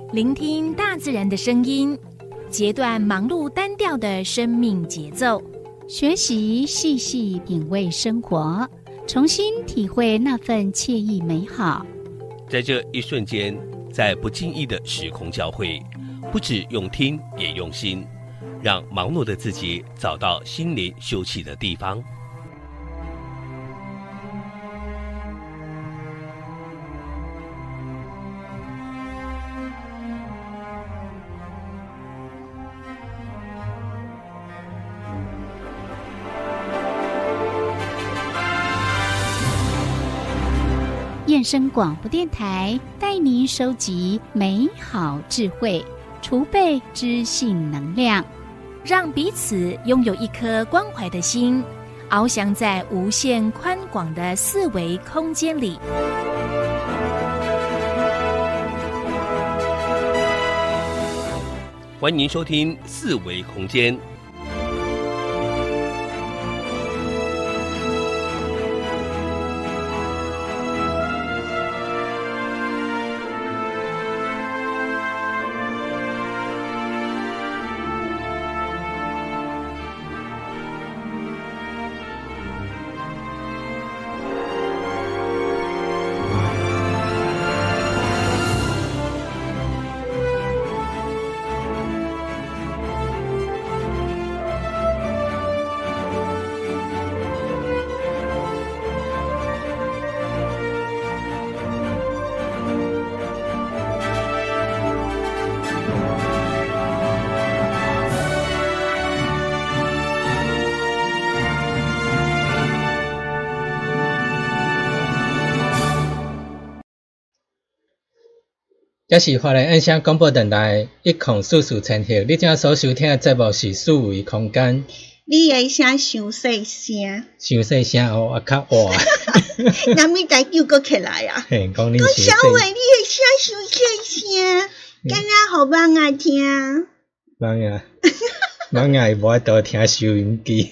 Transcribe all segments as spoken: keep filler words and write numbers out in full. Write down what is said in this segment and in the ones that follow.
聆听大自然的声音，截断忙碌单调的生命节奏， 学习细细品味生活，重新体会那份惬意美好。 在这一瞬间，在不经意的时空交汇，不只用听也用心，让忙碌的自己找到心灵休憩的地方。 燕声广播电台带您收集美好智慧，储备知性能量， 让彼此拥有一颗关怀的心，翱翔在无限宽广的四维空间里。 欢迎收听四维空间。 这是华人音响广播电台一零四四千赫，你正所收听的节目是四维空间。 你的声伤细声， 伤细声哦，啊较活。 那么大叫搁起来啊！ 嘿，讲你小伤伟，你的声伤细声，敢若互蚊仔听。 蚊仔，蚊仔无爱多听收音机。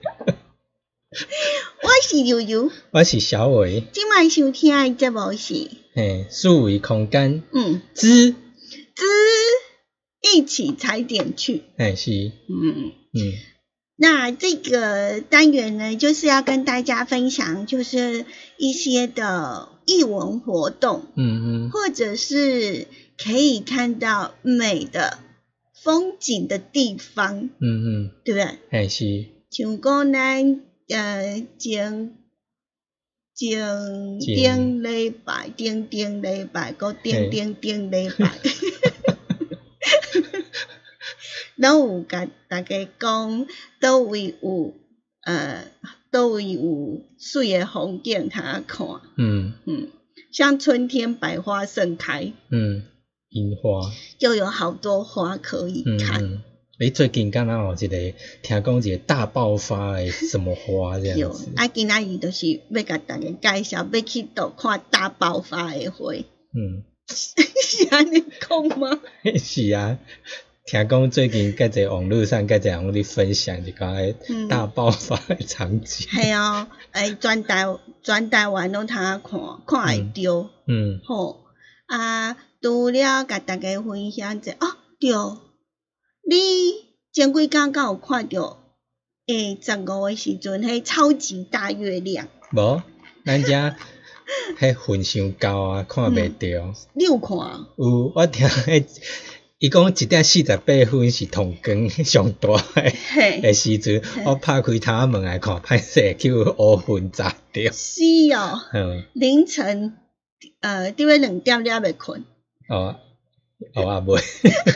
我是柔柔， 我是小伟。 今晚收听的节目是嘿，四维空间。 嗯， 之之一起踩点去。 嘿是， 嗯嗯。 那这个单元呢，就是要跟大家分享，就是一些的艺文活动， 嗯嗯， 或者是可以看到美的风景的地方， 嗯嗯， 对不对？ 嘿是， 像讲咱呃前前顶礼拜，顶顶礼拜，个顶顶顶礼拜。拢有甲大家讲，倒位有呃，倒位有水的风景通看。 嗯嗯，像春天百花盛开， 嗯，樱花就有好多花可以看。 嗯嗯，你最近敢若有一个听讲一个大爆发的什么花这样子？ 啊，今仔日就是要甲大家介绍，要去倒看大爆发的花。 嗯， 是安尼讲吗？ 是啊。听讲最近介侪网络上介侪人咧分享一个大爆发的场景。 系、嗯、啊，诶，全台全台湾拢通看，看会着。 嗯。 吼、嗯、啊，除了甲大家分享者，哦，对，你前几工敢有看着？诶，十五的时阵，迄超级大月亮。 无，咱遮迄云伤高啊，看袂着、嗯。 你有看？ 有，我听迄。伊讲一点四十八分是同光上大诶时阵，我拍开头仔门来看，歹势叫乌云砸着。 是哦， 嗯， 凌晨呃，伫咧两点了要困。 哦，哦啊袂。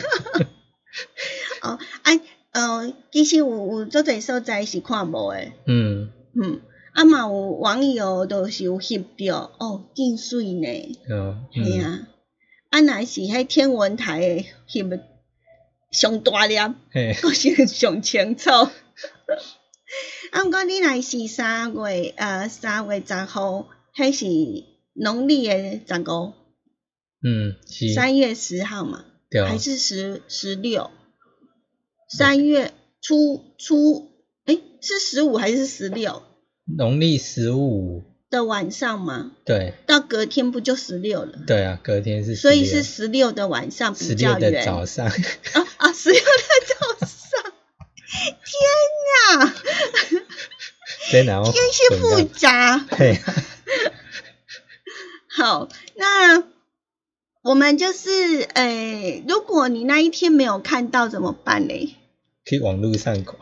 哦，啊，呃，其实有有做侪所在是看无诶。 嗯嗯，啊嘛有网友都是有翕着，哦，真水呢。 哦， 系啊。啊，若是迄天文台诶翕上大粒，佫是上清楚。啊，毋过你若是三月呃三月十号，迄是农历诶十五。 嗯，是。 三月十号嘛， 对， 还是十十六？三月初初，诶、欸，是十五还是十六？ 农历十五。 的晚上嘛， 对， 到隔天不就十六了？对啊，隔天是十六， 所以是十六的晚上比较远。 十六的早上。 啊啊，十六的早上，天哪！ 天哪， 天气复杂。 对。 好，那我们就是诶、欸，如果你那一天没有看到怎么办呢？ 去网络上看。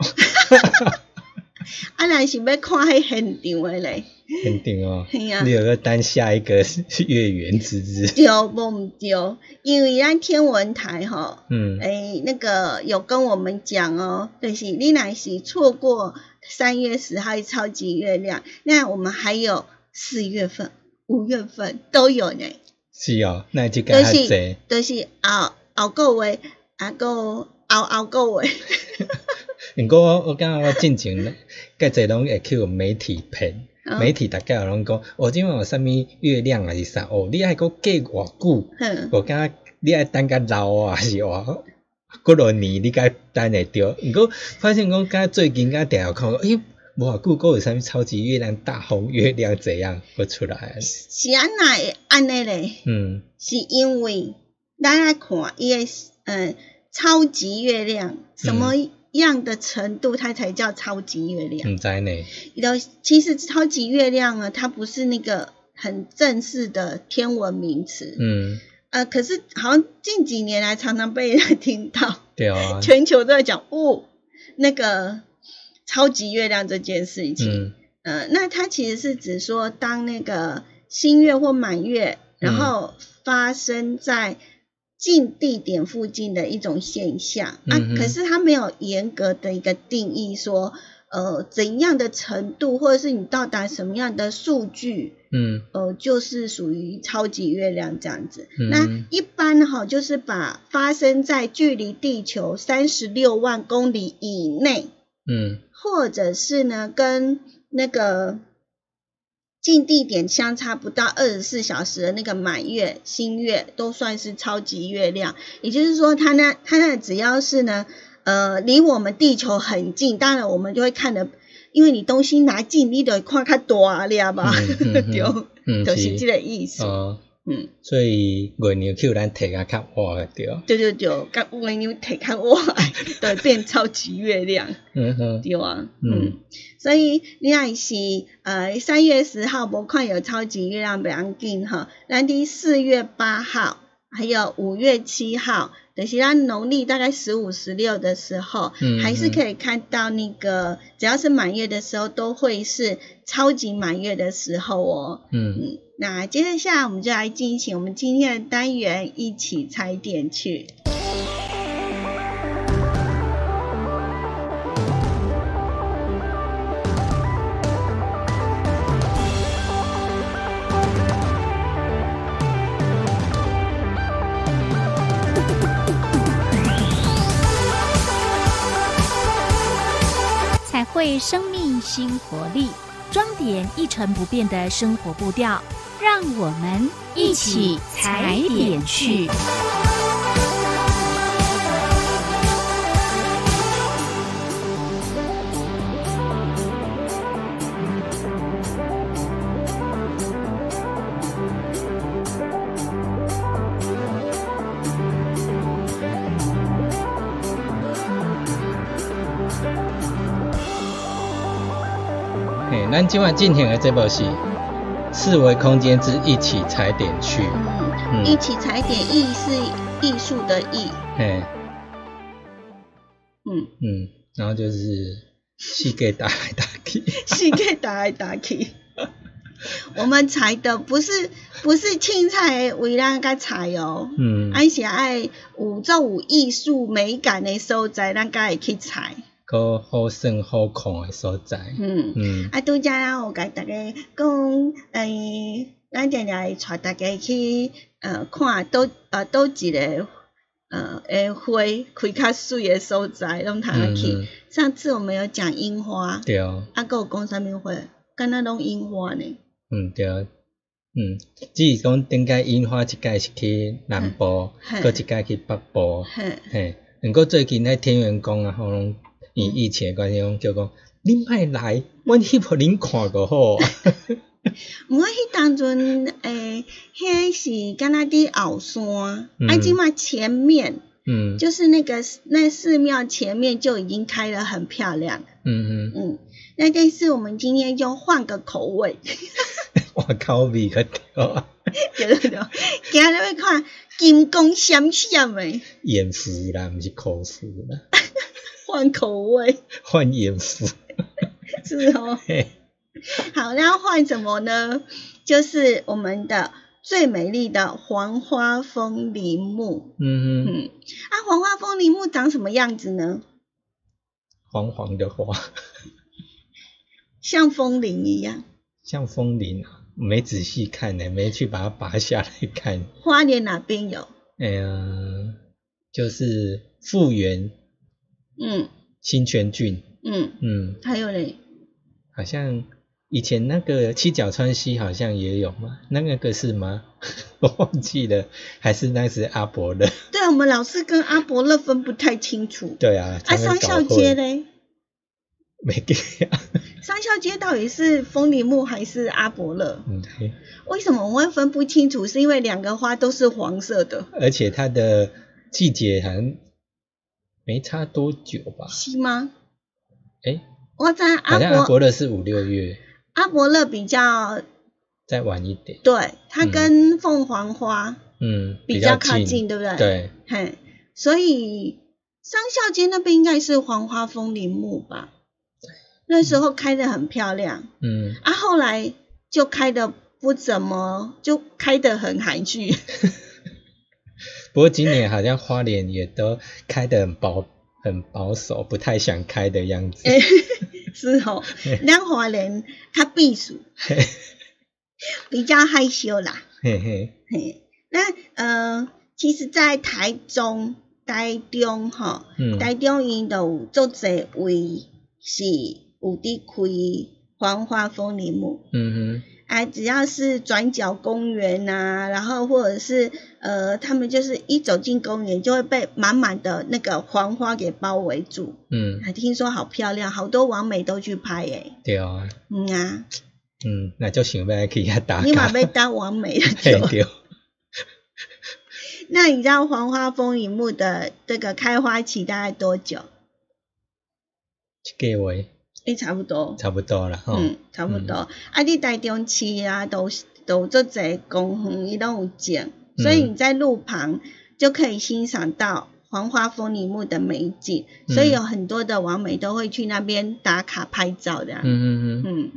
啊，若是要看迄现场的咧。 现场哦。 系啊。 你有个单下一个月圆之日。 对，无毋对，因为咱天文台吼， 嗯， 诶、欸，那个有跟我们讲哦，就是你若是错过三月十号超级月亮，那我们还有四月份、五月份都有呢。 是哦，那就更较济。 就是后后个月，啊个后后个月。 不过我我感觉我进前，介济拢会去媒体骗，哦、媒体大概有拢讲，哦，今晚有啥物月亮还是啥，哦，你爱搁过偌久，我感觉你爱等甲老啊，还是话过落年你该等会着。不过发现讲，敢最近敢定有看到，诶、欸，无偌久，搁有啥物超级月亮、大红月亮怎样会出来？ 是安那会安尼咧？ 嗯， 是因为咱来看伊个嗯超级月亮什么？嗯样的程度，它才叫超级月亮。 唔知呢。 其实超级月亮呢，它不是那个很正式的天文名词。 嗯。 呃，可是好像近几年来常常被人听到。 对啊。 全球都在讲哦，那个超级月亮这件事情。 嗯。 呃，那它其实是指说，当那个新月或满月，然后发生在近地点附近的一种现象、 嗯、 啊，可是它没有严格的一个定义说，呃，怎样的程度，或者是你到達什么样的数据， 嗯， 呃，就是属于超级月亮这样子。 嗯、 那一般哈，就是把发生在距离地球三十六万公里以内， 嗯， 或者是呢跟那个近地点相差不到二十四小时的那个满月、新月都算是超级月亮。也就是说，它那它那只要是呢，呃，离我们地球很近，当然我们就会看得，因为你东西拿近，你得看较大粒吧，对， 嗯， 就是这个意思。 哦， 嗯， 所以月亮叫咱摕较较晚个对。 对对对，甲月亮摕较晚，对，变超级月亮。 嗯哼， 对啊， 嗯。 嗯所以你若是呃三月十号无看有超级月亮不要紧哈，咱伫四月八号还有五月七号，就是咱农历大概十五、十六的时候， 嗯， 还是可以看到那个只要是满月的时候，都会是超级满月的时候哦。 嗯嗯，那接下来我们就来进行我们今天的单元，一起踩点去。 会生命新活力，装点一成不变的生活步调，让我们一起踩点去。 咱今晚进行的这部是四维空间之一起踩点去。 嗯，一起踩点，艺是艺术的艺。 嘿， 嗯嗯，然后就是膝盖打来打去， 膝盖打来打去。我们踩的不是不是凊彩的为咱甲踩哦， 嗯， 而是爱有做有艺术美感的所在，咱才会去踩。 个好耍好看的所在。 嗯嗯，啊，拄则咱有甲大家讲，诶，咱定定会带大家去呃看倒呃倒一个呃诶花开较水的所在，拢通去、嗯。上次我们有讲樱花， 对啊， 啊，还有讲啥物花？敢若拢樱花呢？ 嗯，对啊。嗯，只是讲顶届樱花一届是去南部，搁、嗯、一届去北部，嘿，毋过最近咧天元宫啊，吼拢。因疫情的关系，讲叫讲，恁莫来，阮翕互恁看就好啊。 毋过迄当阵诶，迄是敢若伫后山， 嗯、 啊，即嘛前面， 嗯， 就是那个那寺庙前面就已经开得很漂亮。 嗯嗯嗯，那但是我们今天就换个口味。 我口味个对啊。 对对对，今日要看金光闪闪诶。 盐福啦，毋是口福啦。 换口味。 换盐福。 是哦。好，那换什么呢？就是我们的最美丽的黄花风铃木。 嗯嗯，啊，黄花风铃木长什么样子呢？ 黄黄的花。 像风铃一样。 像风铃啊，没仔细看呢，没去把它拔下来看。 花莲哪边有？ 哎呀，就是富源。 嗯。 新泉郡。 嗯嗯。 还有嘞？ 好像。以前那个七角川溪好像也有嘛，那个是吗？我忘记了，还是那是阿伯乐？ 对，我们老是跟阿伯乐分不太清楚。 对啊， 啊，商孝街嘞？ 没给啊。 商孝街到底是风铃木还是阿伯乐？ 嗯， 为什么我会分不清楚？是因为两个花都是黄色的， 而且它的季节好像没差多久吧？ 是吗？ 哎， 我知阿伯， 好像阿伯乐是五六月。 阿伯乐比较再晚一点， 对，它跟凤凰花嗯比较靠近，对不对？ 对， 嘿，所以商孝街那边应该是黄花风铃木吧？那时候开得很漂亮， 嗯， 啊，后来就开得不怎么，就开得很含蓄。 不过今年好像花莲也都开得很保很保守，不太想开的样子。 是哦，咱花莲较避暑，比较害羞啦。 嘿嘿。 嘿，那呃，其实，在台中、台中吼，嗯、台中因都有足侪位是有伫开黄花风铃木。 嗯哼。 啊，只要是转角公园啊，然后或者是呃，他们就是一走进公园就会被满满的那个黄花给包围住。嗯，还听说好漂亮，好多网美都去拍诶。 对啊。 嗯啊。 嗯，那就想要去遐打卡。 你嘛要当网美了就。对。那你知道黄花风铃木的这个开花期大概多久？ 一个月。 诶、欸，差不多， 差不多啦， 嗯，差不多。嗯、啊，你台中市啊，都都做侪公园，伊拢有种，嗯、所以你在路旁就可以欣赏到黄花风铃木的美景。嗯、所以有很多的网美都会去那边打卡拍照的。嗯嗯嗯。嗯。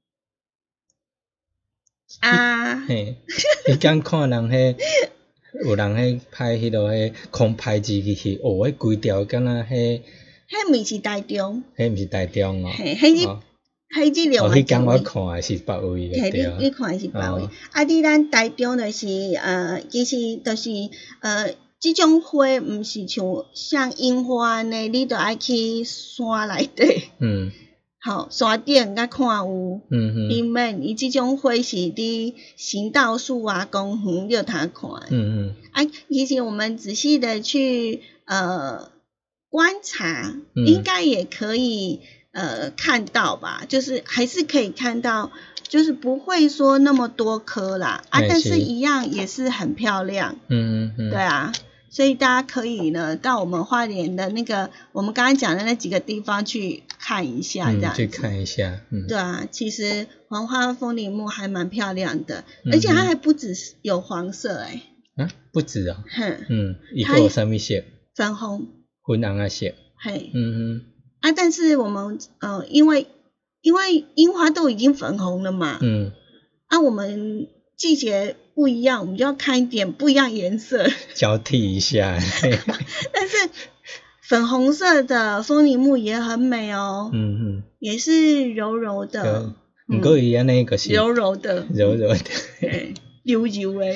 啊。 嘿，你刚看人迄，有人迄拍迄落迄空拍机去去，哦，迄规条敢若迄。 迄毋是台中， 迄毋是台中哦， 嘿，迄是迄是另外一个。哦，迄间我看诶是北位诶，对啊。 你你看诶是北位，啊，你咱台中就是呃，其实就是呃，即种花毋是像像樱花安尼，你着爱去山内底，嗯，好，山顶甲看有，嗯哼，伊免伊即种花是伫行道树啊、公园你有通看，嗯嗯，啊，其实我们仔细的去呃。观察应该也可以、嗯、呃看到吧，就是还是可以看到，就是不会说那么多颗啦啊，但是一样也是很漂亮，嗯嗯嗯，对啊，所以大家可以呢到我们花莲的那个我们刚刚讲的那几个地方去看一下，这样、嗯、 去看一下，嗯， 对啊，其实黄花风铃木还蛮漂亮的，嗯、而且它还不只是有黄色哎、 欸，啊不止啊、哦，哼，嗯，一个有什么色？ 粉红。 粉红啊色， 嘿，嗯哼，啊，但是我们呃，因为因为樱花都已经粉红了嘛，嗯，啊，我们季节不一样，我们就要看一点不一样颜色， 交替一下。 但是粉红色的风铃木也很美哦，嗯哼，也是柔柔的， 不过伊安尼个是柔柔的， 柔柔的， 柔柔的。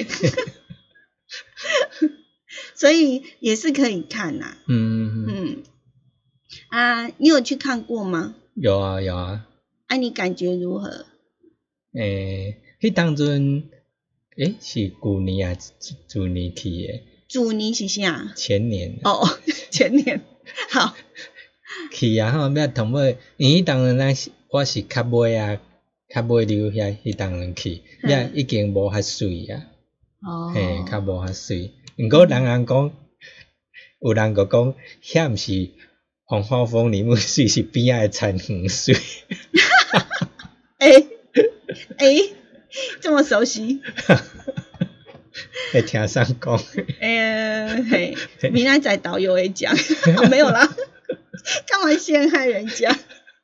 所以也是可以看呐、啊，嗯嗯嗯，啊，你有去看过吗？ 有啊有啊。 啊，你感觉如何？ 诶、欸，迄当阵，诶、欸，是旧年啊，旧年去的。 旧年是啥？ 前年。 哦，前年，好。 去啊，吼，要同尾，因为当阵咱我是较尾啊， 较尾溜遐迄当人去，遐已经无遐水啊。 哦， 嘿，较无遐水。毋过人人讲，有人个讲，遐毋是黄花风铃木水，是边仔诶残垣水。 诶诶，这么熟悉？ 会听谁讲？ 诶，嘿，明仔载导游会讲，没有啦，干嘛陷害人家？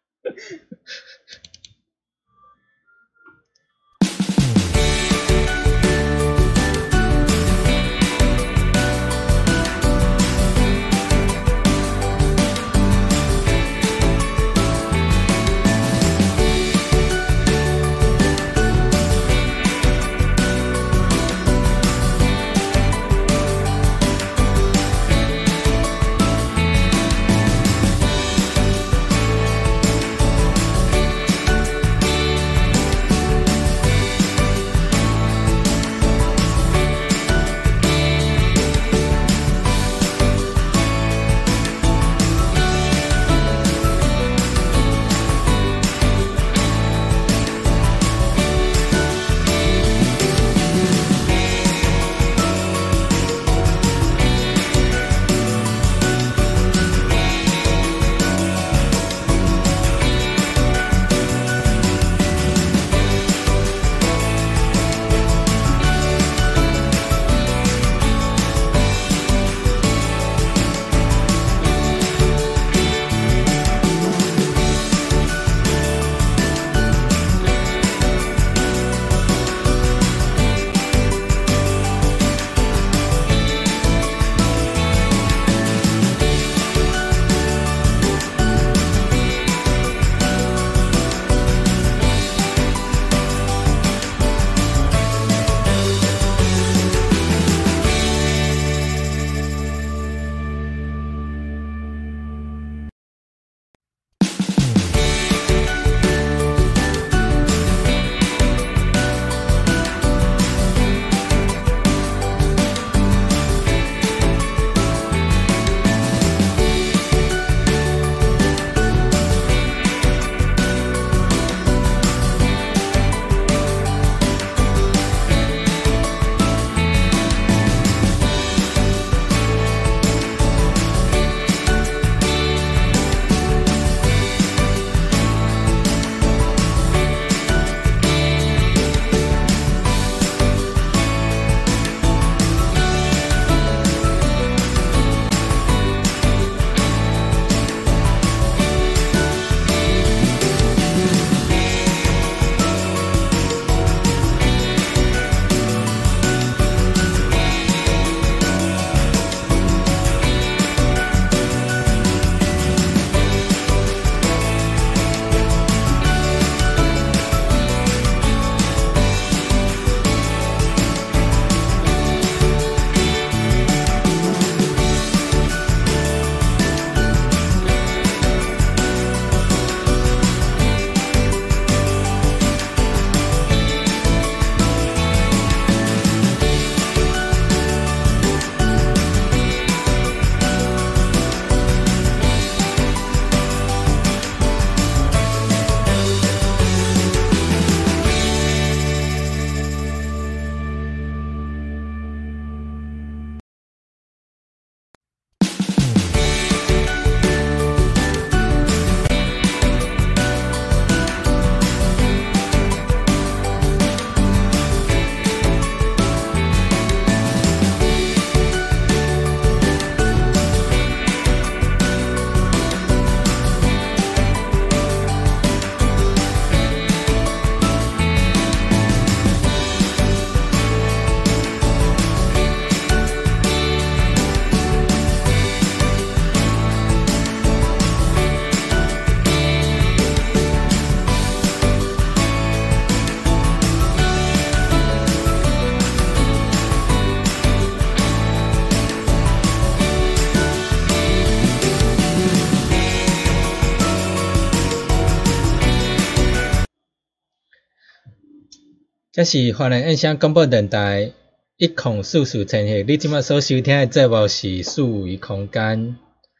这是华人印象广播电台一零四四千赫，你即马所收听的节目是数维空间。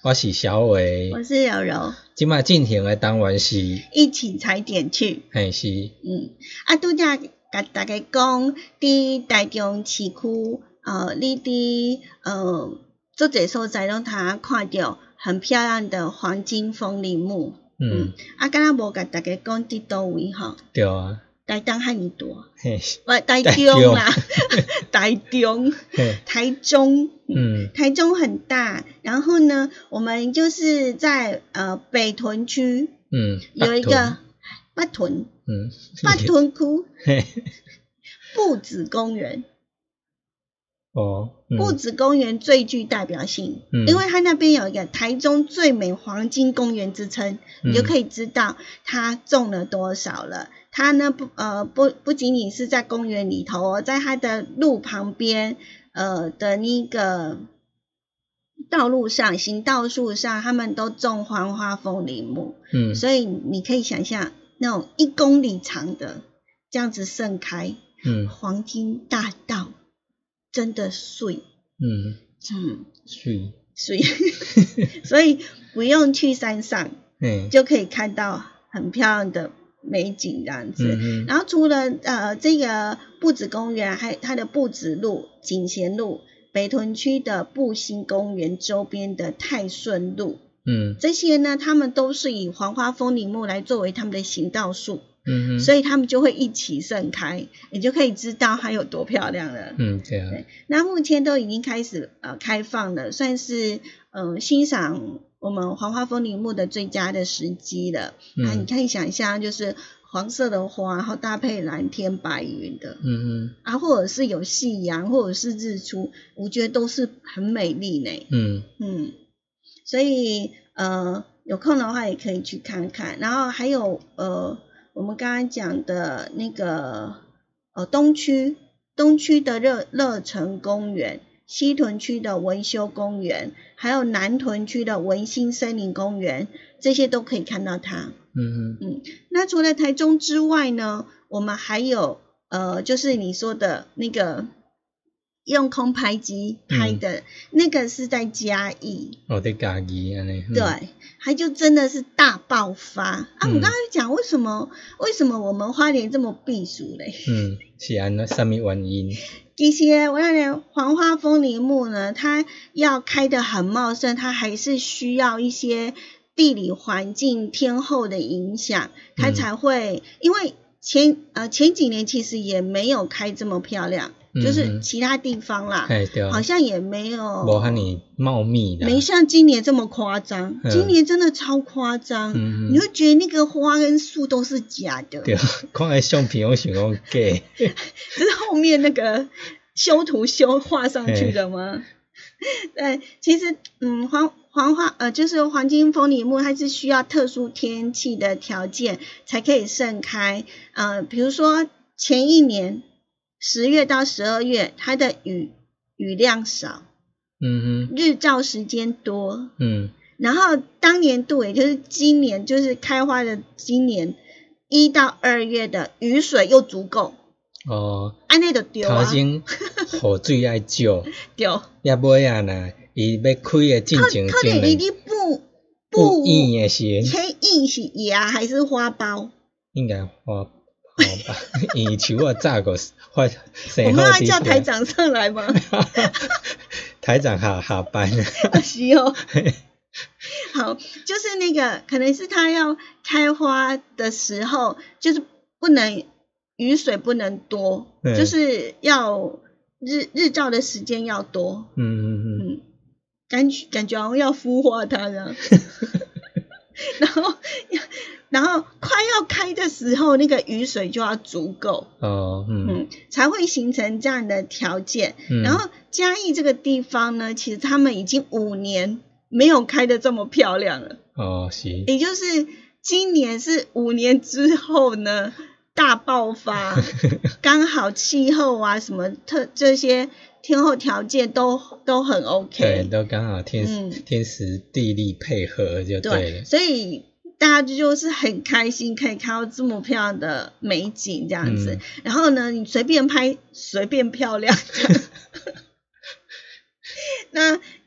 我是小伟， 我是柔柔。 今麦进行的单元是一起踩点去。 嘿是。 嗯，啊，拄则甲大家讲，伫台中市区，呃，你伫呃，做侪所在拢通看到很漂亮的黄金风铃木。嗯，嗯啊，敢若无甲大家讲伫倒位吼？ 对啊。 台东遐尼大， 嘿， 不，台中啦，台中，台中，嗯，台中很大。然后呢，我们就是在呃北屯区，嗯，有一个八屯，嗯，八屯区，步子公园。哦，嗯、步子公园最具代表性，嗯、因为它那边有一个台中最美黄金公园之称，嗯、你就可以知道它种了多少了。它呢不呃不不仅仅是在公园里头哦，在它的路旁边呃的那个道路上、行道树上，他们都种黄花风铃木，嗯，所以你可以想象那种一公里长的这样子盛开，嗯，黄金大道真的水，嗯嗯水水，所以不用去山上，嗯，就可以看到很漂亮的美景这样子，嗯、然后除了呃这个步子公园，还有它的步子路、景贤路、北屯区的步新公园周边的泰顺路，嗯，这些呢，他们都是以黄花风铃木来作为他们的行道树，嗯，所以他们就会一起盛开，你就可以知道它有多漂亮了。嗯，对啊。对，那目前都已经开始呃开放了，算是呃欣赏我们黄花风铃木的最佳的时机了。嗯、啊，你可以想象，就是黄色的花，然后搭配蓝天白云的，嗯嗯，啊，或者是有夕阳，或者是日出，我觉得都是很美丽呢。嗯嗯，所以呃有空的话也可以去看看。然后还有呃我们刚刚讲的那个呃东区东区的乐乐城公园。西屯区的文修公园，还有南屯区的文心森林公园，这些都可以看到它。嗯嗯。那除了台中之外呢，我们还有呃，就是你说的那个用空拍机拍的，嗯、那个是在嘉义。哦，在嘉义安尼。嗯、对，它就真的是大爆发啊！我们刚才讲为什么为什么我们花莲这么避暑嘞？嗯，是安那什么原因？其实我那年黄花风铃木呢，它要开得很茂盛，它还是需要一些地理环境天候的影响，它才会。嗯、因为前呃前几年其实也没有开这么漂亮，嗯、就是其他地方啦，好像也没有没那么茂密的，没像今年这么夸张。嗯、今年真的超夸张，嗯、你会觉得那个花跟树都是假的。对，看那相片我想讲假，这是后面那个修图修画上去的吗？对，其实嗯黄黄花呃就是黄金风铃木，它是需要特殊天气的条件才可以盛开。呃，比如说前一年十月到十二月，它的雨雨量少，嗯哼，日照时间多，嗯，然后当年度也就是今年就是开花的今年一到二月的雨水又足够。哦，安尼就对啊。头前雨水爱少，对。也尾啊呐，伊要开的进前，可能伊伫布布叶的时候，迄叶是叶还是花苞？应该花苞吧，叶树我早个花生好。我们要叫台长上来吗？台长下下班了。是哦。好，就是那个，可能是他要开花的时候，就是不能。雨水不能多，就是要日日照的时间要多。嗯嗯嗯，感觉感觉好像要孵化它这样。然后然后快要开的时候，那个雨水就要足够。哦，嗯，嗯才会形成这样的条件。嗯、然后嘉义这个地方呢，其实他们已经五年没有开得这么漂亮了。哦，是。也就是今年是五年之后呢。大爆发，刚好气候啊什么特这些天候条件都都很 OK， 对，都刚好天、嗯、天时地利配合就对了，对，所以大家就是很开心可以看到这么漂亮的美景这样子，嗯、然后呢，你随便拍随便漂亮这样。那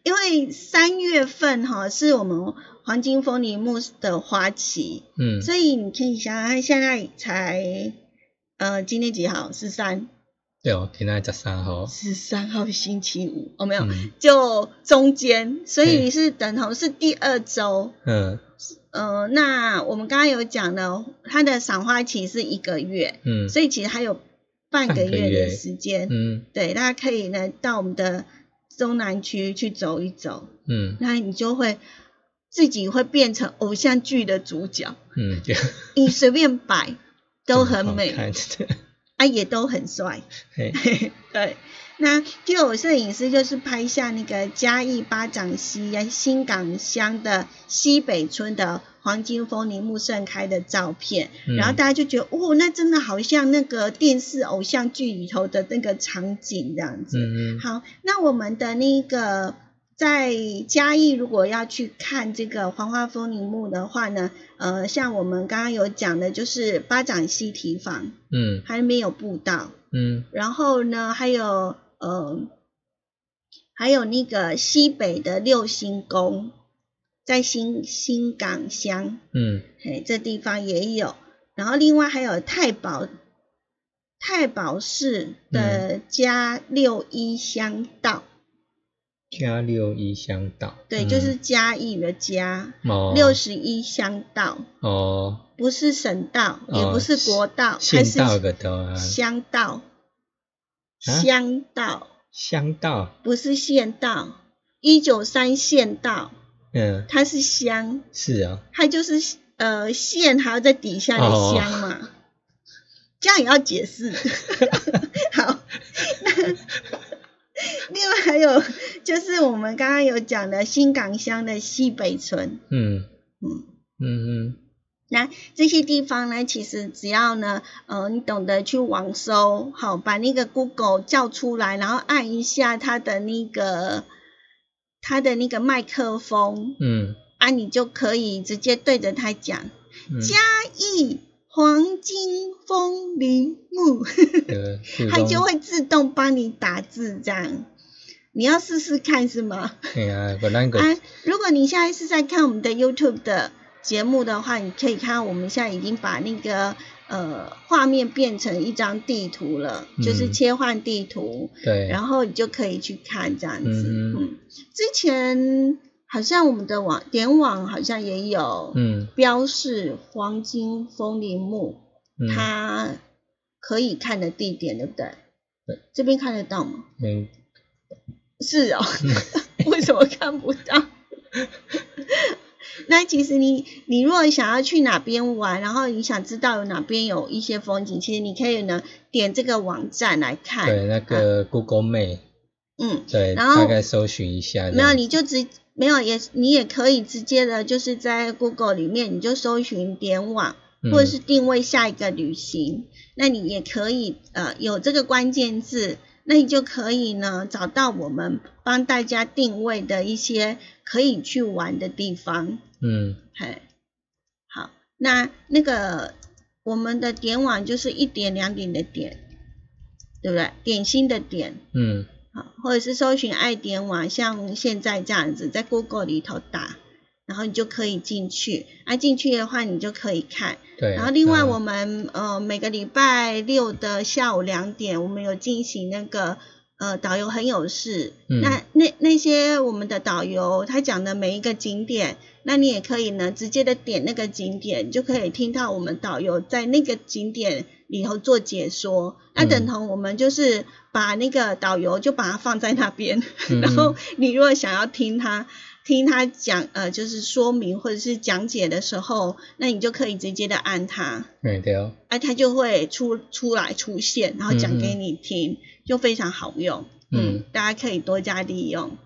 因为三月份哈是我们黄金风铃木的花期，嗯，所以你可以想想看，现在才呃今天几号？十三。 对哦，今天十三号。 十三号星期五，哦没有，嗯、就中间，所以是等同是第二周。嗯。呃，那我们刚刚有讲了，它的赏花期是一个月，嗯，所以其实还有半个月的时间，嗯，对，大家可以呢到我们的中南区去走一走，嗯，那你就会自己会变成偶像剧的主角，嗯，你随便摆都很美，啊也都很帅，对。那就有摄影师就是拍下那个嘉义八掌溪呀新港乡的西北村的黄金风铃木盛开的照片，嗯、然后大家就觉得哦，那真的好像那个电视偶像剧里头的那个场景这样子。嗯、好，那我们的那个在嘉义如果要去看这个黄花风铃木的话呢，呃，像我们刚刚有讲的就是八掌溪堤防，嗯，还没有步道，嗯，然后呢还有。呃，还有那个西北的六星宫，在新新港乡，嗯，嘿，这地方也有。然后另外还有太保太保市的嘉六一乡道， 嘉六一乡道， 对，嗯、就是嘉义的嘉，哦，六十一乡道，哦，不是省道，哦、也不是国道， 县道个道啊， 乡道。乡道， 乡道不是县道，一九三县道，嗯，它是乡， 是啊， 它就是呃县还要在底下的乡嘛，哦、这样也要解释。好，那另外还有就是我们刚刚有讲的新港乡的西北村，嗯嗯嗯嗯。那这些地方呢，其实只要呢，呃，你懂得去网搜，好，把那个 Google 叫出来，然后按一下它的那个它的那个麦克风，嗯，啊，你就可以直接对着它讲，嗯、嘉义黄金风铃木，它就会自动帮你打字这样。你要试试看是吗？ 对啊，我那个啊，如果你现在是在看我们的 YouTube 的节目的话，你可以看到我们现在已经把那个呃画面变成一张地图了，嗯、就是切换地图，对，然后你就可以去看这样子。嗯, 嗯，之前好像我们的网点网好像也有嗯标示黄金风铃木，嗯、它可以看的地点，对不对？对，这边看得到吗？嗯，是哦，为什么看不到？那其实你你如果想要去哪边玩，然后你想知道有哪边有一些风景，其实你可以呢点这个网站来看。 对，那个 Google Map。嗯，对，然后大概搜寻一下。 没有，你就直没有也你也可以直接的，就是在 Google 里面你就搜寻点网，嗯、或者是定位下一个旅行。那你也可以呃有这个关键字。那你就可以呢找到我们帮大家定位的一些可以去玩的地方。嗯，嘿，好，那那个我们的点网就是一点两点的点，对不对？点心的点，嗯，好，或者是搜寻爱点网，像现在这样子，在 Google 里头打，然后你就可以进去。啊，进去的话你就可以看。对。然后另外我们、嗯、呃每个礼拜六的下午两点，我们有进行那个呃导游很有事。嗯。那那那些我们的导游他讲的每一个景点，那你也可以呢直接的点那个景点，就可以听到我们导游在那个景点里头做解说。那等同我们就是把那个导游就把它放在那边，嗯、然后你如果想要听他。听他讲呃就是说明或者是讲解的时候，那你就可以直接的按它， 对对哦， 哎、啊、它就会出出来出现，然后讲给你听，嗯、就非常好用，嗯，嗯大家可以多加利用。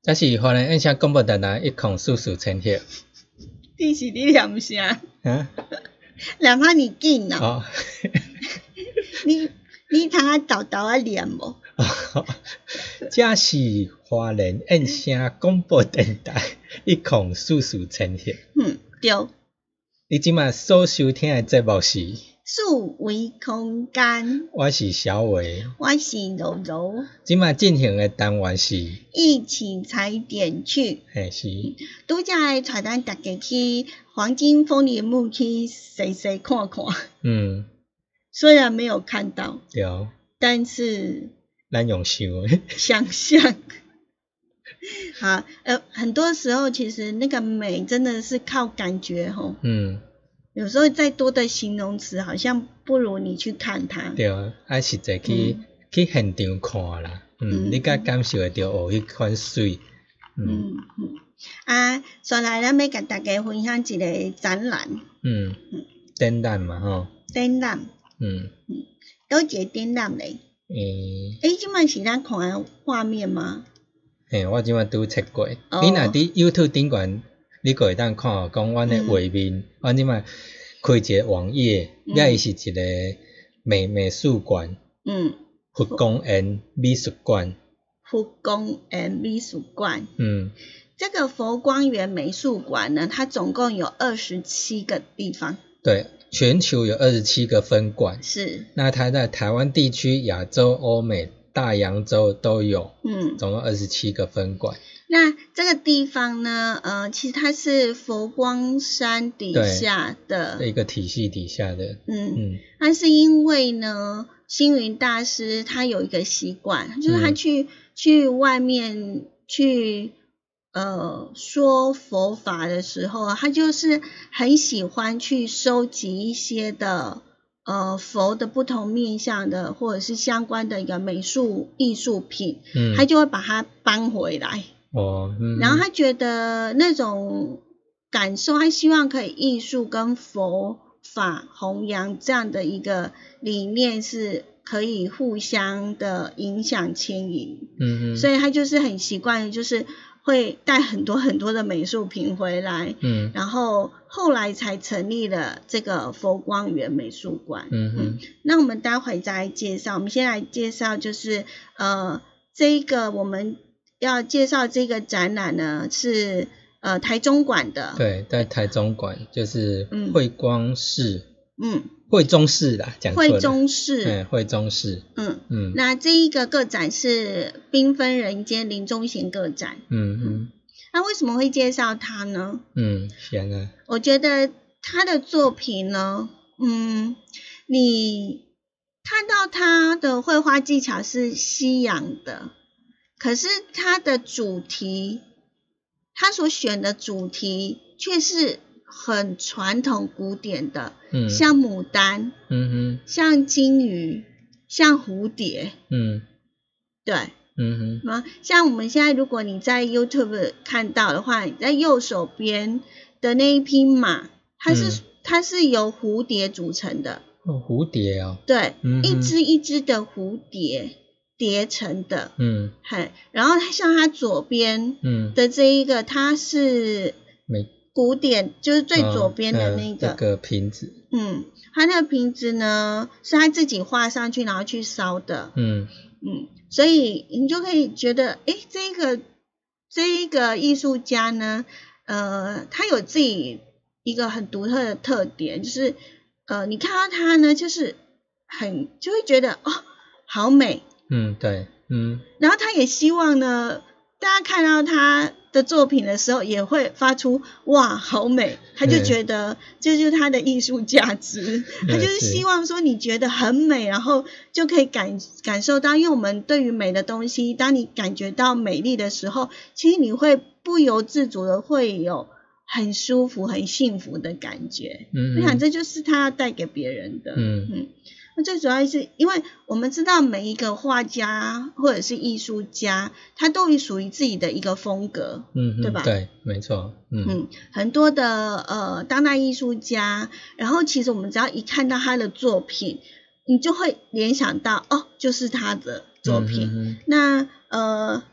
但是华人印象广播电台一孔四四千赫。 你是你念啥？啊？念遐尼紧啊？哦。你你通啊豆豆啊念无？ 这是华人印象广播电台一孔四四千赫。 嗯，对。 你即马所收听的节目是数位空间。 我是小伟， 我是柔柔。 即马进行的单元是一起踩点去。 嘿是。 拄则会带咱大家去黄金枫林木去细细看看。嗯。虽然没有看到。 对。 但是。 咱用想的。 想象。好，呃，很多时候其实那个美真的是靠感觉吼。嗯。有时候再多的形容词，好像不如你去看它。 对啊，爱实在去、嗯、去现场看啦。嗯，嗯你甲感受会到哦，迄款水。 嗯嗯。嗯啊，所来咱要甲大家分享一个展览。嗯。 嗯展览嘛吼。 展览。嗯嗯。倒一个展览咧？诶、欸。诶，即摆是咱看的画面吗？ 嘿，我即摆拄测过。哦、你若伫 YouTube 顶悬，你个会当看讲阮的画面，嗯、阮即摆开一个网页，遐伊、嗯、是一个美美术馆。嗯。佛光园美术馆。 佛光园美术馆。嗯。这个佛光园美术馆呢，它总共有二十七个地方。 对。全球有二十七个分馆。 是。那它在台湾地区、亚洲、欧美、大洋洲都有。嗯。总共二十七个分馆。 那这个地方呢，呃，其实它是佛光山底下的一个体系底下的。嗯嗯。它是因为呢，星云大师他有一个习惯，就是他去、嗯、去外面去呃说佛法的时候，他就是很喜欢去收集一些的呃佛的不同面向的或者是相关的一个美术艺术品，嗯，他就会把它搬回来。哦，嗯，然后他觉得那种感受，他希望可以艺术跟佛法弘扬这样的一个理念是可以互相的影响牵引。嗯嗯，所以他就是很习惯，就是会带很多很多的美术品回来。嗯，然后后来才成立了这个佛光园美术馆。嗯嗯，那我们待会再介绍，我们先来介绍就是呃这一个我们要介绍这个展览呢，是呃台中馆的。 对，在台中馆就是慧光寺。嗯，慧中寺啦，讲错了。 慧中寺。 对，慧中寺。 嗯嗯。那这一个个展是缤纷人间林宗贤个展。嗯嗯。那为什么会介绍他呢？ 嗯，行啊。 我觉得他的作品呢，嗯，你看到他的绘画技巧是西洋的。可是他的主题，他所选的主题却是很传统古典的，嗯，像牡丹，嗯哼，像金鱼，像蝴蝶，嗯，对，嗯哼，像我们现在如果你在 YouTube 看到的话，你在右手边的那一匹马，它是、嗯、它是由蝴蝶组成的。 哦，蝴蝶哦。 对，嗯、一只一只的蝴蝶。叠成的，嗯，嘿，然后像它左边的这一个，嗯、它是古典，就是最左边的那个、 哦呃、这个瓶子， 嗯，它那个瓶子呢是他自己画上去，然后去烧的，嗯嗯，所以你就可以觉得，哎，这个这一个艺术家呢，呃，他有自己一个很独特的特点，就是呃，你看到他呢，就是很就会觉得哦，好美。 嗯，对，嗯， 然后他也希望呢，大家看到他的作品的时候，也会发出哇，好美，他就觉得这就是他的艺术价值，他就是希望说你觉得很美，然后就可以感感受到，因为我们对于美的东西，当你感觉到美丽的时候，其实你会不由自主的会有很舒服、很幸福的感觉。嗯，我想这就是他要带给别人的。嗯嗯。最主要是因为我们知道每一个画家或者是艺术家，他都有属于自己的一个风格，嗯，对吧？ 对，没错，嗯嗯， 很多的呃当代艺术家，然后其实我们只要一看到他的作品，你就会联想到哦，就是他的作品。嗯、那呃，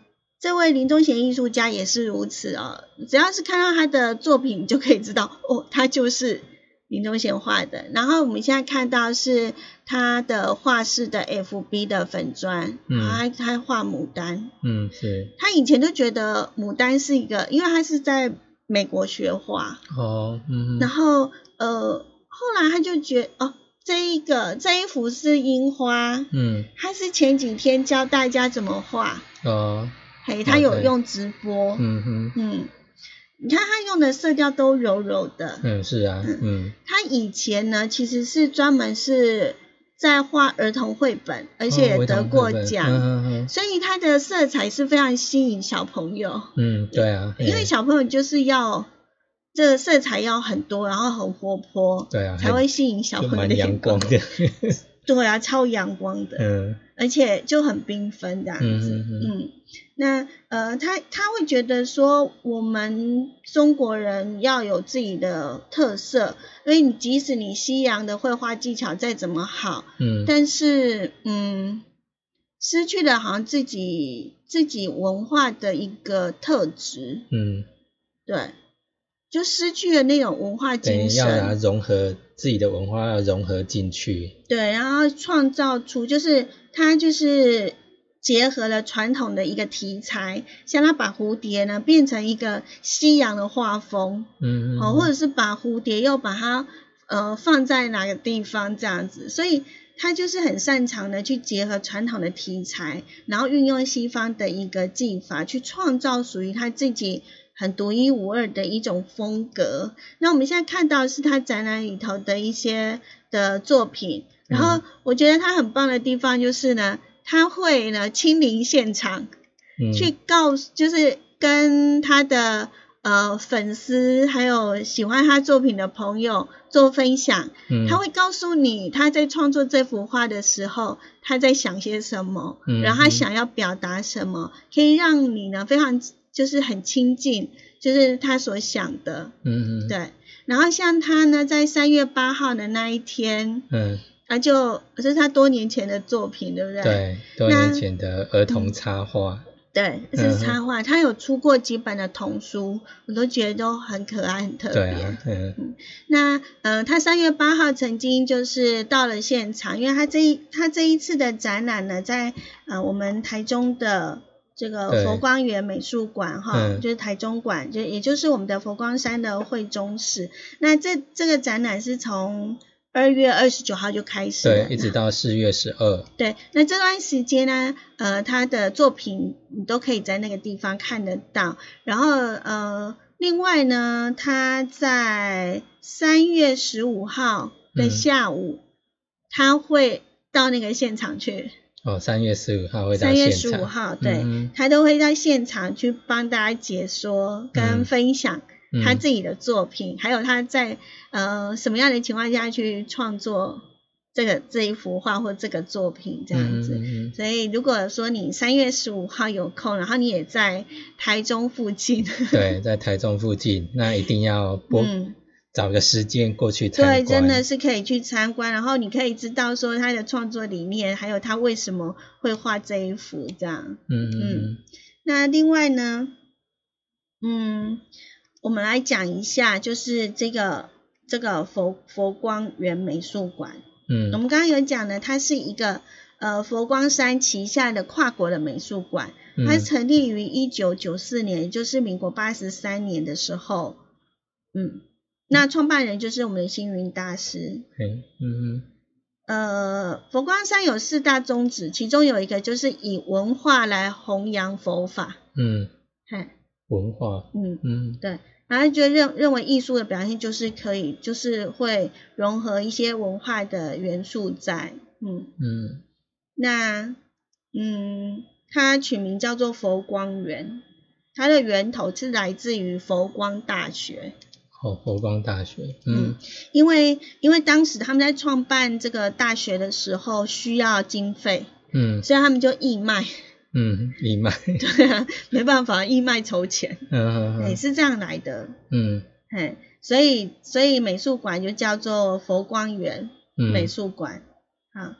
这位林宗贤艺术家也是如此哦，只要是看到他的作品，你就可以知道哦，他就是林宗贤画的。然后我们现在看到是他的画室的 F B 的粉专，嗯，他他画牡丹， 嗯，是。 他以前就觉得牡丹是一个，因为他是在美国学画， 哦，嗯，然后呃，后来他就觉得哦。这一个这一幅是樱花，嗯，他是前几天教大家怎么画，哦，嘿，他有用直播，嗯哼，嗯，你看他用的色调都柔柔的， 嗯，是啊，嗯，嗯他以前呢其实是专门是在画儿童绘本，而且也得过奖，哦嗯嗯，所以他的色彩是非常吸引小朋友， 嗯，对啊， 因为小朋友就是要。这个色彩要很多，然后很活泼， 对啊， 才会吸引小朋友的眼光。 阳光的， 对啊，超阳光的，嗯，而且就很缤纷这样子，嗯, 嗯, 嗯那呃，他他会觉得说，我们中国人要有自己的特色，因为你即使你西洋的绘画技巧再怎么好，嗯，但是嗯，失去了好像自己自己文化的一个特质，嗯，对。就失去了那种文化精神， 要把它融合自己的文化，要融合进去。 对，然后创造出就是它就是结合了传统的一个题材，像它把蝴蝶呢变成一个西洋的画风，嗯, 嗯, 嗯，哦，或者是把蝴蝶又把它呃放在哪个地方这样子，所以他就是很擅长的去结合传统的题材，然后运用西方的一个技法去创造属于他自己。很独一无二的一种风格。那我们现在看到的是他展览里头的一些的作品，然后我觉得他很棒的地方就是呢，他会呢亲临现场，嗯、去告诉，就是跟他的呃粉丝还有喜欢他作品的朋友做分享。嗯、他会告诉你他在创作这幅画的时候他在想些什么，嗯、然后他想要表达什么，可以让你呢非常。就是很亲近，就是他所想的，嗯嗯，对。然后像他呢，在三月八号的那一天，嗯，啊就这是他多年前的作品，对不对？ 对，多年前的儿童插画。 嗯、对，是插画、嗯。他有出过几本的童书，我都觉得都很可爱，很特别。 对啊，嗯。 嗯那呃，他三月八号曾经就是到了现场，因为他这一他这一次的展览呢，在呃我们台中的。这个佛光园美术馆哈、嗯，就是台中馆，就也就是我们的佛光山的会中室。那这这个展览是从二月二十九号就开始了， 对，一直到四月十二。 对，那这段时间呢，呃，他的作品你都可以在那个地方看得到。然后呃，另外呢，他在三月十五号的下午，嗯、他会到那个现场去。 哦，三月十五号会到现场。三月十五号，对、嗯，他都会在现场去帮大家解说跟分享他自己的作品，嗯、还有他在呃什么样的情况下去创作这个这一幅画或这个作品这样子。嗯嗯嗯、所以如果说你三月十五号有空，然后你也在台中附近， 对，在台中附近，那一定要播。嗯找个时间过去参观， 对，真的是可以去参观，然后你可以知道说他的创作理念，还有他为什么会画这一幅这样。嗯嗯。那另外呢，嗯，我们来讲一下，就是这个这个佛佛光园美术馆。嗯，我们刚刚有讲呢，它是一个呃佛光山旗下的跨国的美术馆，它成立于一九九四年，也就是民国八十三年的时候，嗯。那创办人就是我们的星云大师。嗯嗯呃，佛光山有四大宗旨，其中有一个就是以文化来弘扬佛法。嗯，嘿， 文化。嗯嗯，对。然后就认认为艺术的表现就是可以，就是会融合一些文化的元素在。嗯嗯。那嗯，它取名叫做佛光园，它的源头是来自于佛光大学。 哦，佛光大学， 嗯，嗯因为因为当时他们在创办这个大学的时候需要经费，嗯，所以他们就义卖， 嗯，义卖， 对啊，没办法，义卖筹钱，嗯嗯嗯，是这样来的，嗯，嘿，所以所以美术馆就叫做佛光园美术馆，嗯、好，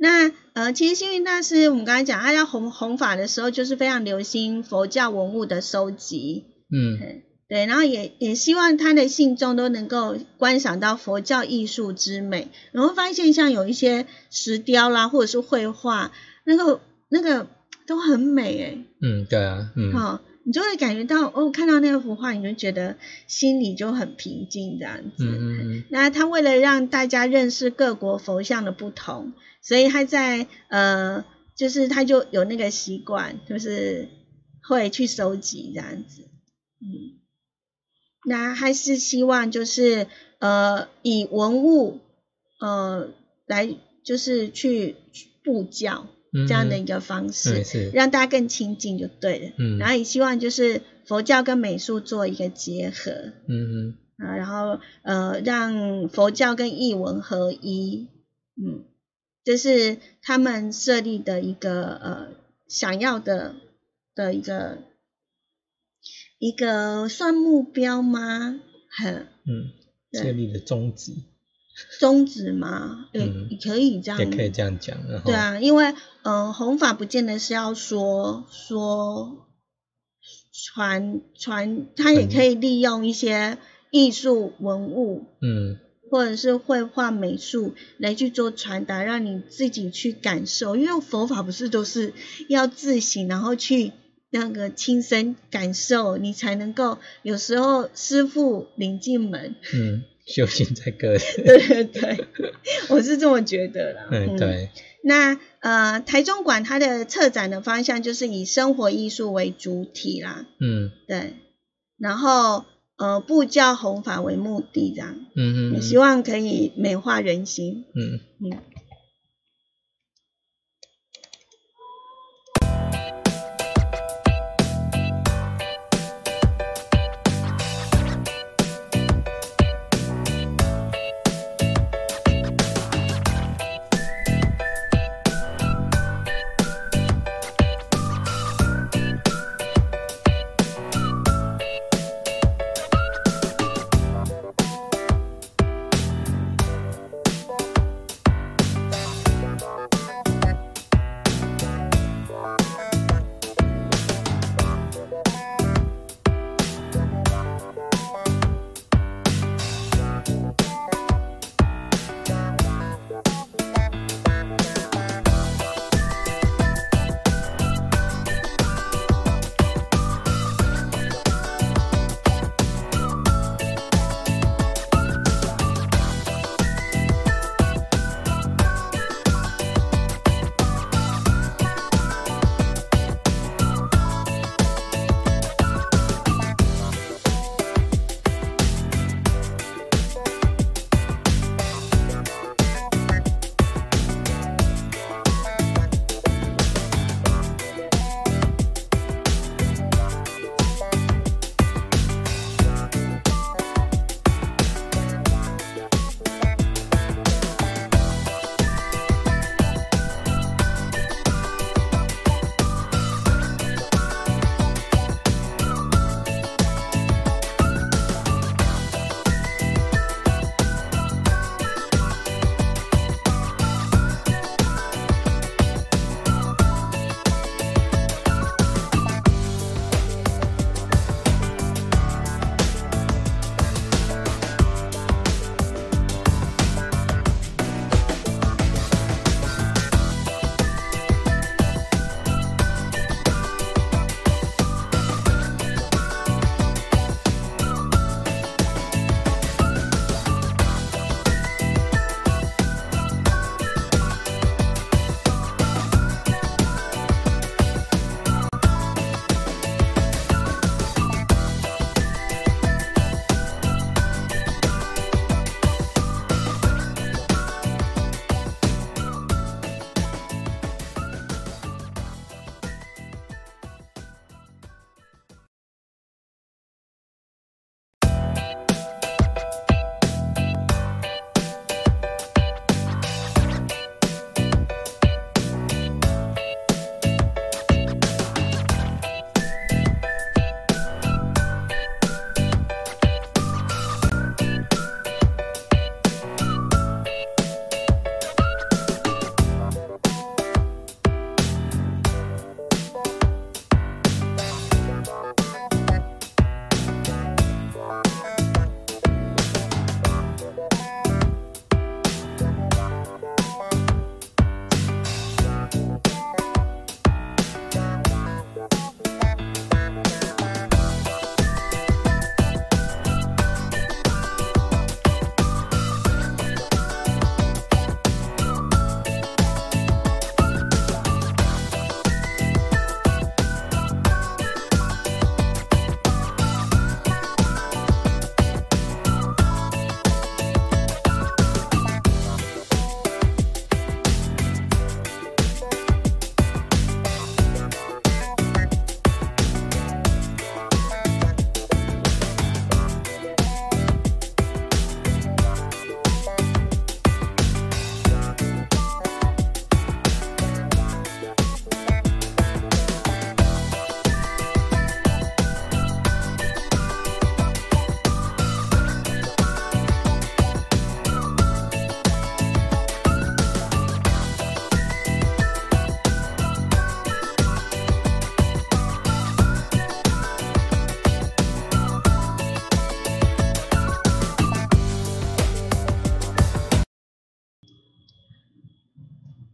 那呃，其实星云大师我们刚才讲，他要弘弘法的时候，就是非常留心佛教文物的收集，嗯，对，然后也也希望他的信众都能够观赏到佛教艺术之美。然后发现像有一些石雕啦，或者是绘画，那个那个都很美诶。 嗯，对啊，嗯， 好、哦，你就会感觉到哦，看到那幅画，你就觉得心里就很平静这样子。嗯嗯嗯。那他为了让大家认识各国佛像的不同，所以他在呃，就是他就有那个习惯，就是会去收集这样子。嗯。那还是希望就是呃以文物呃来就是去布教这样的一个方式，嗯嗯、让大家更亲近就对了。嗯，然后也希望就是佛教跟美术做一个结合。嗯嗯。啊，然后呃让佛教跟艺文合一。嗯，这是他们设立的一个呃想要的的一个。一个算目标吗？很嗯，设立的宗旨， 宗旨吗？也、嗯、也可以这样， 也可以这样讲。 对啊，因为嗯、呃，弘法不见得是要说说传传，它也可以利用一些艺术文物，嗯，或者是绘画美术来去做传达，让你自己去感受。因为佛法不是都是要自省，然后去。那个亲身感受，你才能够有时候师父领进门。 嗯，修行在个人。 对对对，我是这么觉得啦。 嗯，对。 嗯、那呃，台中馆它的策展的方向就是以生活艺术为主体啦。嗯，对。然后呃，布教弘法为目的，这样。嗯嗯。也希望可以美化人心。嗯嗯。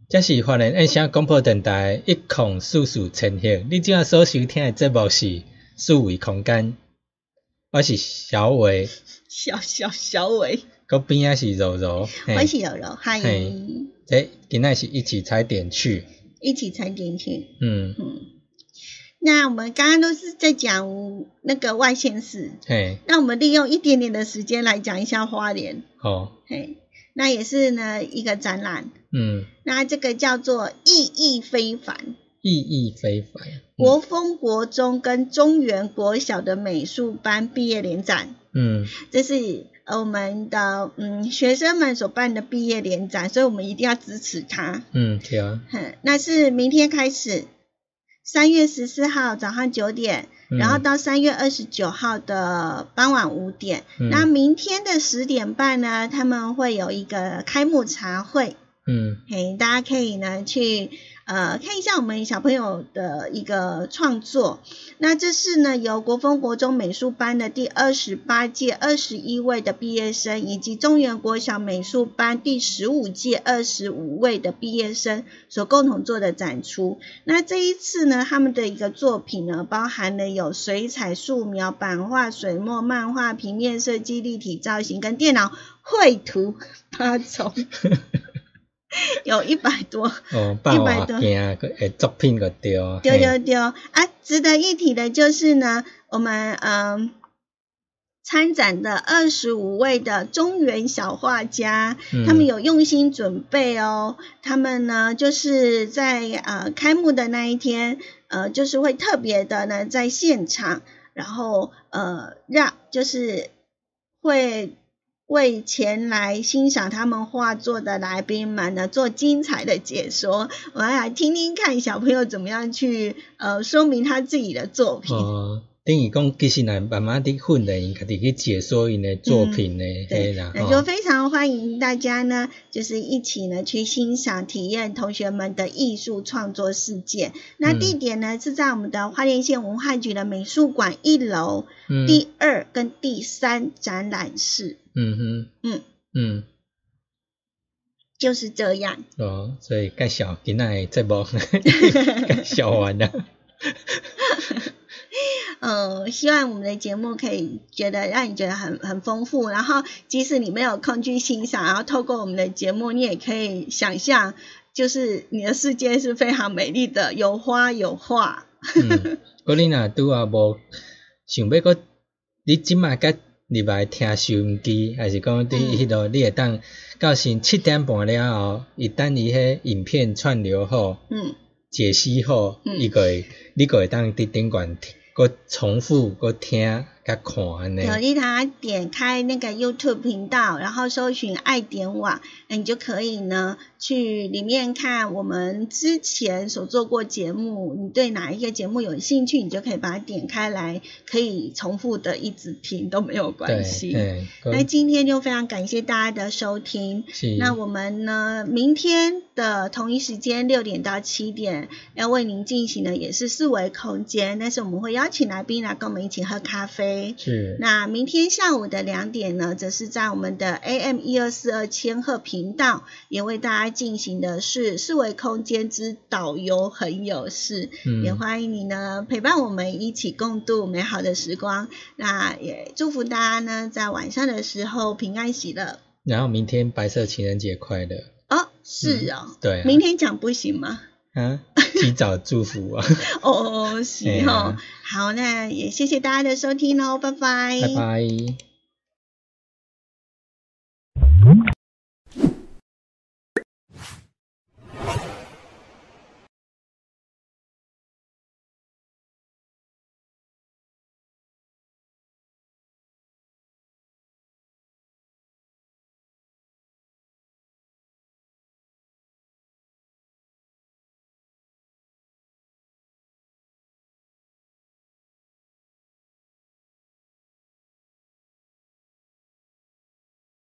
这是花莲印象广播电台一空四四千赫，你今仔所收听的节目是四维空间，我是小伟， 小小小伟， 个边仔是柔柔， 我是柔柔，嗨， 这今仔是一起踩点去， 一起踩点去， 嗯嗯。那我们刚刚都是在讲那个外县市， 嘿， 那我们利用一点点的时间来讲一下花莲， 好， 嘿，那也是呢一个展览， 嗯， 那这个叫做意义非凡， 意义非凡，嗯、 国风国中跟中原国小的美术班毕业联展， 嗯， 这是我们的嗯学生们所办的毕业联展，所以我们一定要支持它， 嗯，对啊， 那是明天开始。三月十四号早上九点， 嗯、 然后到三月二十九号的傍晚五点。 嗯、 那明天的十点半呢，他们会有一个开幕茶会。 嗯， 嘿，大家可以呢去呃看一下我们小朋友的一个创作。那这是呢由国风国中美术班的第二十八届二十一位的毕业生，以及中原国小美术班第十五届二十五位的毕业生所共同做的展出。那这一次呢，他们的一个作品呢，包含了有水彩、素描、版画、水墨、漫画、平面设计、立体造型跟电脑绘图八种。有一百多， 哦，一百多件诶作品个对， 对对对啊！值得一提的就是呢，我们嗯参展的二十五位的中原小画家，嗯、他们有用心准备哦。他们呢，就是在呃开幕的那一天，呃，就是会特别的呢在现场，然后呃让就是会。为前来欣赏他们画作的来宾们呢做精彩的解说，我们来听听看小朋友怎么样去呃说明他自己的作品。 哦，等于讲其实来慢慢地训练因家己去解说因的作品呢， 嗯、对啦，那就非常欢迎大家呢，就是一起呢去欣赏体验同学们的艺术创作世界。那地点呢、嗯、是在我们的花莲县文化局的美术馆一楼、嗯、第二跟第三展览室。 嗯哼， 嗯嗯， 就是这样。 哦，所以介绍今仔的节目介绍完了。 呃，希望我们的节目可以觉得让你觉得很很丰富，然后即使你没有空去欣赏，然后透过我们的节目，你也可以想象，就是你的世界是非常美丽的，有花有画。 嗯，嗰你若拄啊无想要个，你即马甲入来听收音机，还是讲伫迄度你会当到时七点半了后，伊等伊迄影片串流好， 嗯， 解析好，伊个会你个会当伫顶悬个重复个听甲看安尼。 有你他点开那个 YouTube 频道，然后搜寻爱点网，那你就可以呢去里面看我们之前所做过节目，你对哪一个节目有兴趣，你就可以把它点开来，可以重复的一直听都没有关系。那今天就非常感谢大家的收听。那我们呢明天的同一时间六点到七点要为您进行的也是四维空间，但是我们会邀请来宾来跟我们一起喝咖啡。 是。 那明天下午的两点呢，则是在我们的 A M 一二四二千赫频道，也为大家进行的是四维空间之导游很有事、嗯、也欢迎你呢陪伴我们一起共度美好的时光。那也祝福大家呢在晚上的时候平安喜乐。 然后明天白色情人节快乐。 哦，是哦、嗯、 对、啊、 明天讲不行吗？ 啊，提早祝福啊！ 哦，是哦、啊，好，那也谢谢大家的收听喽，拜拜， 拜拜。